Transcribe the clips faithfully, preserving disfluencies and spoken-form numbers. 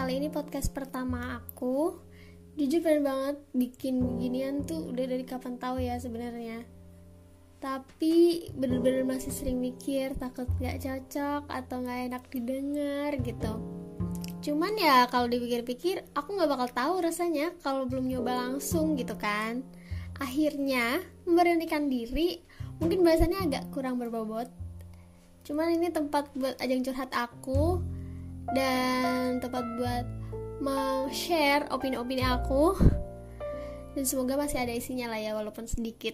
kali ini podcast pertama aku. Jujur pengen banget bikin beginian tuh udah dari kapan tahu ya sebenarnya. Tapi bener-bener masih sering mikir takut gak cocok atau gak enak didengar gitu. Cuman ya kalau dipikir-pikir aku gak bakal tahu rasanya kalau belum nyoba langsung gitu kan. Akhirnya memberanikan diri, mungkin bahasannya agak kurang berbobot. Cuman ini tempat buat ajang curhat aku dan tempat buat mau-share opini-opini aku. Dan semoga masih ada isinya lah ya, walaupun sedikit.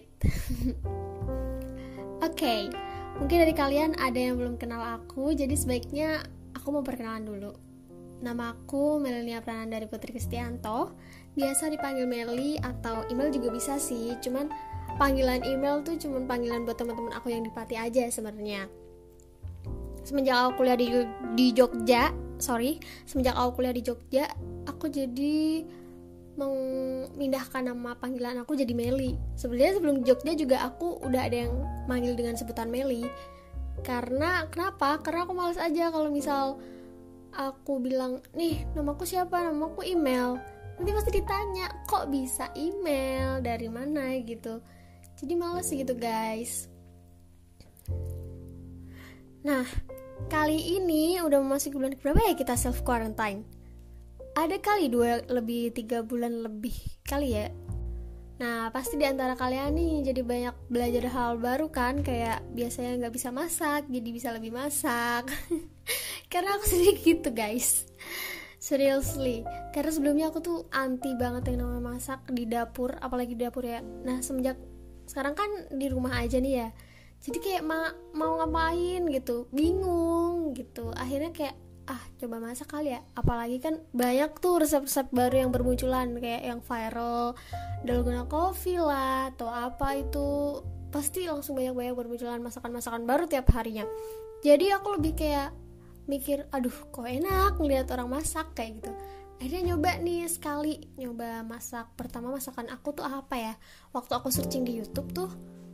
Oke, okay, mungkin dari kalian ada yang belum kenal aku, jadi sebaiknya aku mau perkenalan dulu. Nama aku Melania Pranandari Putri Kristianto. Biasa dipanggil Meli atau email juga bisa sih. Cuman panggilan email tuh cuman panggilan buat teman-teman aku yang di Pati aja sebenarnya. Semenjak aku kuliah di, di Jogja, sorry, semenjak aku kuliah di Jogja, aku jadi memindahkan nama panggilan aku jadi Meli. Sebenarnya sebelum di Jogja juga aku udah ada yang manggil dengan sebutan Meli. Karena kenapa? Karena aku malas aja kalau misal aku bilang, nih namaku siapa? Namaku email. Nanti pasti ditanya, kok bisa email? Dari mana gitu. Jadi malas gitu guys. Nah, kali ini udah memasuki bulan berapa ya kita self quarantine? Ada kali dua lebih tiga bulan lebih kali ya. Nah, pasti di antara kalian nih jadi banyak belajar hal baru kan, kayak biasanya nggak bisa masak, jadi bisa lebih masak. Karena aku sendiri gitu guys. Seriously, karena sebelumnya aku tuh anti banget yang namanya masak di dapur, apalagi di dapur ya. Nah, semenjak sekarang kan di rumah aja nih ya. Jadi kayak ma- mau ngapain gitu, bingung gitu. Akhirnya kayak ah coba masak kali ya. Apalagi kan banyak tuh resep-resep baru yang bermunculan, kayak yang viral dalgona coffee lah atau apa itu. Pasti langsung banyak-banyak bermunculan masakan-masakan baru tiap harinya. Jadi aku lebih kayak mikir, aduh kok enak ngeliat orang masak kayak gitu. Akhirnya nyoba nih sekali, nyoba masak. Pertama masakan aku tuh apa ya? Waktu aku searching di YouTube tuh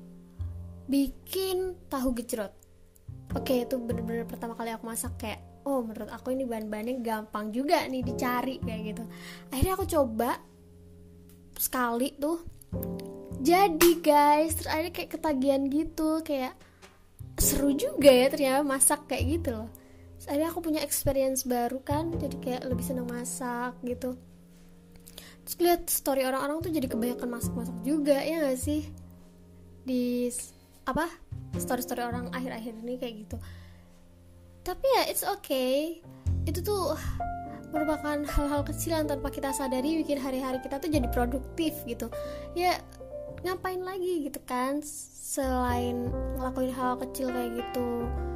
bikin tahu gejrot. Oke, itu bener-bener pertama kali aku masak, kayak oh menurut aku ini bahan-bahannya gampang juga nih dicari kayak gitu. Akhirnya aku coba sekali tuh jadi guys, terus akhirnya kayak ketagihan gitu, kayak seru juga ya ternyata masak kayak gitu loh. Terus akhirnya aku punya experience baru kan, jadi kayak lebih seneng masak gitu. Terus lihat story orang-orang tuh jadi kebanyakan masak-masak juga, ya gak sih? Di apa story-story orang akhir-akhir ini kayak gitu. Tapi ya it's okay, itu tuh merupakan hal-hal kecil yang tanpa kita sadari bikin hari-hari kita tuh jadi produktif gitu. Ya ngapain lagi gitu kan selain ngelakuin hal kecil kayak gitu.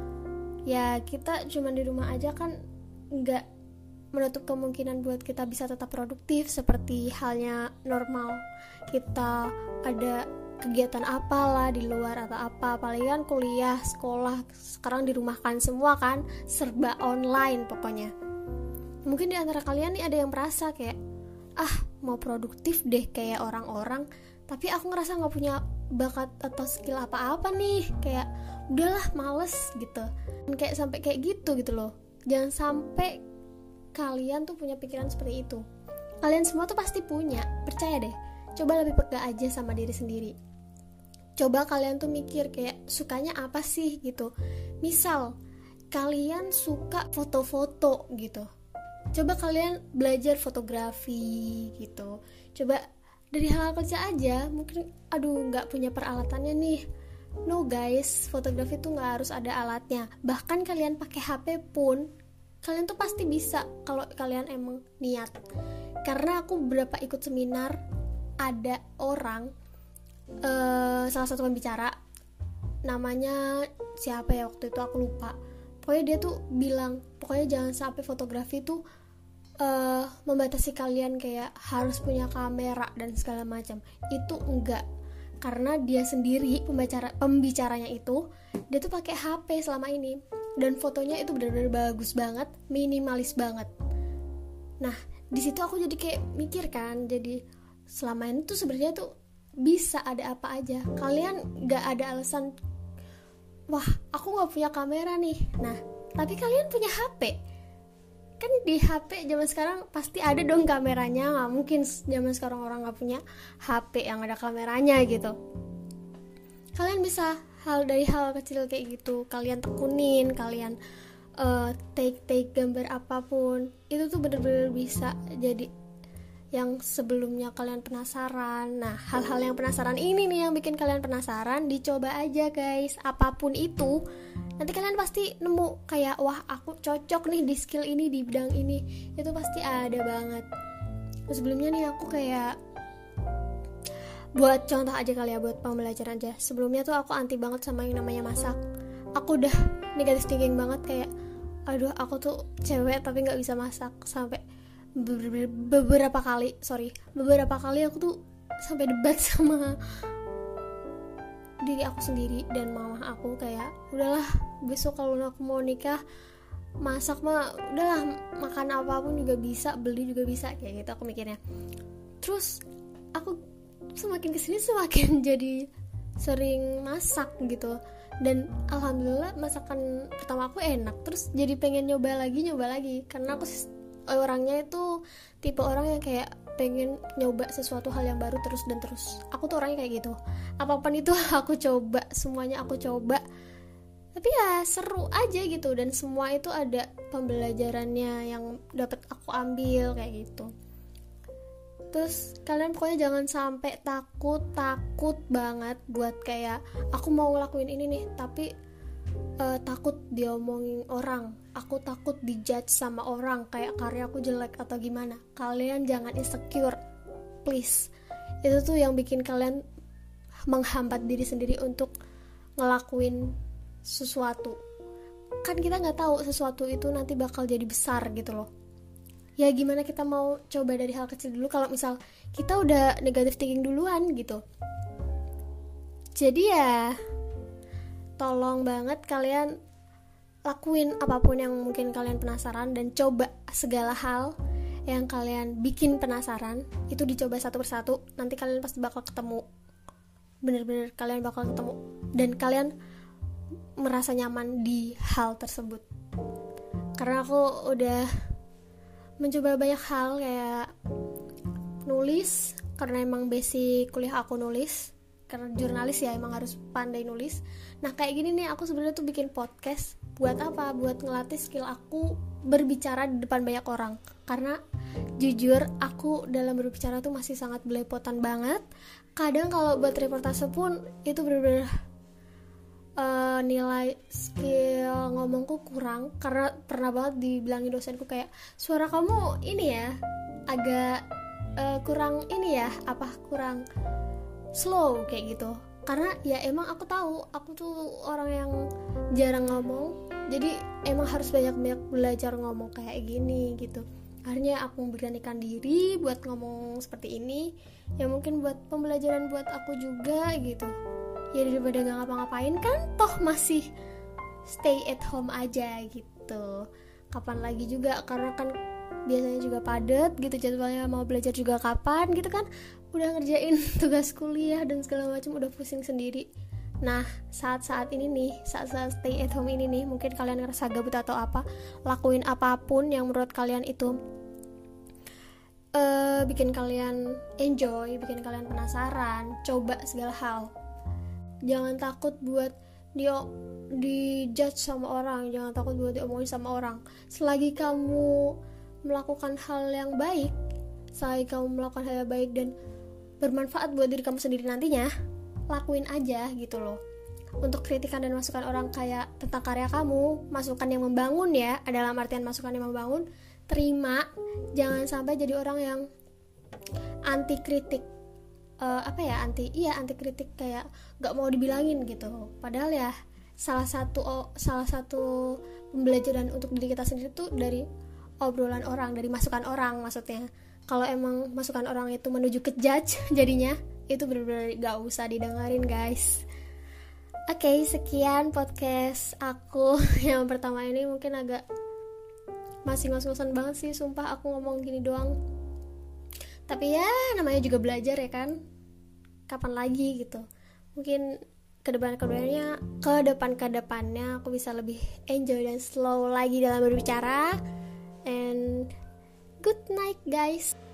Ya kita cuma di rumah aja kan nggak menutup kemungkinan buat kita bisa tetap produktif seperti halnya normal kita ada kegiatan apalah di luar atau apa. Apalagi kan kuliah, sekolah sekarang dirumahkan semua kan, serba online pokoknya. Mungkin di antara kalian nih ada yang merasa kayak ah mau produktif deh kayak orang-orang, tapi aku ngerasa gak punya bakat atau skill apa-apa nih, kayak udahlah males gitu. Dan kayak sampai kayak gitu gitu loh. Jangan sampai kalian tuh punya pikiran seperti itu. Kalian semua tuh pasti punya, percaya deh. Coba lebih peka aja sama diri sendiri. Coba kalian tuh mikir kayak sukanya apa sih gitu. Misal kalian suka foto-foto gitu, coba kalian belajar fotografi gitu. Coba dari hal kecil aja. Mungkin aduh gak punya peralatannya nih. No guys, fotografi tuh gak harus ada alatnya. Bahkan kalian pakai H P pun kalian tuh pasti bisa kalau kalian emang niat. Karena aku beberapa ikut seminar, ada orang uh, salah satu pembicara, namanya siapa ya waktu itu aku lupa. Pokoknya dia tuh bilang, pokoknya jangan sampai fotografi tuh uh, membatasi kalian kayak harus punya kamera dan segala macam. Itu enggak, karena dia sendiri pembicara pembicaranya itu dia tuh pakai H P selama ini dan fotonya itu benar-benar bagus banget, minimalis banget. Nah di situ aku jadi kayak mikir kan, jadi selama ini tuh sebenarnya tuh bisa ada apa aja. Kalian gak ada alasan wah aku gak punya kamera nih. Nah tapi kalian punya H P, kan di H P zaman sekarang pasti ada dong kameranya. Nggak mungkin zaman sekarang orang nggak punya H P yang ada kameranya gitu. Kalian bisa hal dari hal kecil kayak gitu kalian tekunin, kalian uh, take take gambar apapun, itu tuh bener-bener bisa jadi yang sebelumnya kalian penasaran. Nah, hal-hal yang penasaran ini nih yang bikin kalian penasaran, dicoba aja guys, apapun itu. Nanti kalian pasti nemu kayak, wah aku cocok nih di skill ini, di bidang ini. Itu pasti ada banget. Nah, sebelumnya nih aku kayak, buat contoh aja kali ya, buat pembelajaran aja. Sebelumnya tuh aku anti banget sama yang namanya masak. Aku udah negatif thinking banget kayak, aduh aku tuh cewek tapi gak bisa masak. Sampai beberapa kali sorry beberapa kali aku tuh sampai debat sama diri aku sendiri dan mama aku kayak, udahlah besok kalau aku mau nikah masak mah udahlah, makan apapun juga bisa, beli juga bisa, kayak gitu aku mikirnya. Terus aku semakin kesini semakin jadi sering masak gitu, dan alhamdulillah masakan pertama aku enak. Terus jadi pengen nyoba lagi nyoba lagi karena aku orangnya itu tipe orang yang kayak pengen nyoba sesuatu hal yang baru terus dan terus. Aku tuh orangnya kayak gitu, apapun itu aku coba, semuanya aku coba. Tapi ya seru aja gitu, dan semua itu ada pembelajarannya yang dapat aku ambil kayak gitu. Terus kalian pokoknya jangan sampai takut takut banget buat kayak, aku mau ngelakuin ini nih tapi uh, takut diomongin orang, aku takut dijudge sama orang kayak karyaku jelek atau gimana. Kalian jangan insecure, please. Itu tuh yang bikin kalian menghambat diri sendiri untuk ngelakuin sesuatu. Kan kita nggak tahu sesuatu itu nanti bakal jadi besar gitu loh. Ya gimana kita mau coba dari hal kecil dulu kalau misal kita udah negative thinking duluan gitu. Jadi ya tolong banget kalian lakuin apapun yang mungkin kalian penasaran, dan coba segala hal yang kalian bikin penasaran itu dicoba satu persatu. Nanti kalian pasti bakal ketemu, bener-bener kalian bakal ketemu dan kalian merasa nyaman di hal tersebut. Karena aku udah mencoba banyak hal kayak nulis, karena emang basic kuliah aku nulis, karena jurnalis ya emang harus pandai nulis. Nah kayak gini nih, aku sebenarnya tuh bikin podcast buat apa? Buat ngelatih skill aku berbicara di depan banyak orang. Karena jujur aku dalam berbicara tuh masih sangat belepotan banget. Kadang kalau buat reportase pun itu bener-bener uh, nilai skill ngomongku kurang. Karena pernah banget dibilangin dosenku kayak, suara kamu ini ya agak uh, kurang ini ya, apa kurang slow kayak gitu. Karena ya emang aku tahu aku tuh orang yang jarang ngomong, jadi emang harus banyak-banyak belajar ngomong kayak gini gitu. Akhirnya aku memberanikan diri buat ngomong seperti ini. Ya mungkin buat pembelajaran buat aku juga gitu. Ya daripada gak ngapa-ngapain kan, toh masih stay at home aja gitu. Kapan lagi juga, karena kan biasanya juga padat gitu jadwalnya, mau belajar juga kapan gitu kan, udah ngerjain tugas kuliah dan segala macam, udah pusing sendiri. Nah saat-saat ini nih, saat-saat stay at home ini nih, mungkin kalian ngerasa gabut atau apa, lakuin apapun yang menurut kalian itu uh, bikin kalian enjoy, bikin kalian penasaran. Coba segala hal, jangan takut buat dia di judge sama orang, jangan takut buat diomongin sama orang. Selagi kamu melakukan hal yang baik, selagi kamu melakukan hal yang baik dan bermanfaat buat diri kamu sendiri nantinya, lakuin aja gitu loh. Untuk kritikan dan masukan orang kayak tentang karya kamu, masukan yang membangun ya, dalam artian masukan yang membangun, terima. Jangan sampai jadi orang yang anti kritik, uh, apa ya anti iya anti kritik, kayak gak mau dibilangin gitu. Padahal ya salah satu oh, salah satu pembelajaran untuk diri kita sendiri tuh dari obrolan orang, dari masukan orang maksudnya. Kalau emang masukan orang itu menuju ke judge jadinya, itu benar-benar gak usah didengerin guys. Oke, okay, sekian podcast aku yang pertama ini. Mungkin agak masih ngos-ngosan banget sih, sumpah aku ngomong gini doang. Tapi ya namanya juga belajar ya kan, kapan lagi gitu. Mungkin kedepan-kedepannya Kedepan-kedepannya aku bisa lebih enjoy dan slow lagi dalam berbicara. and good night guys.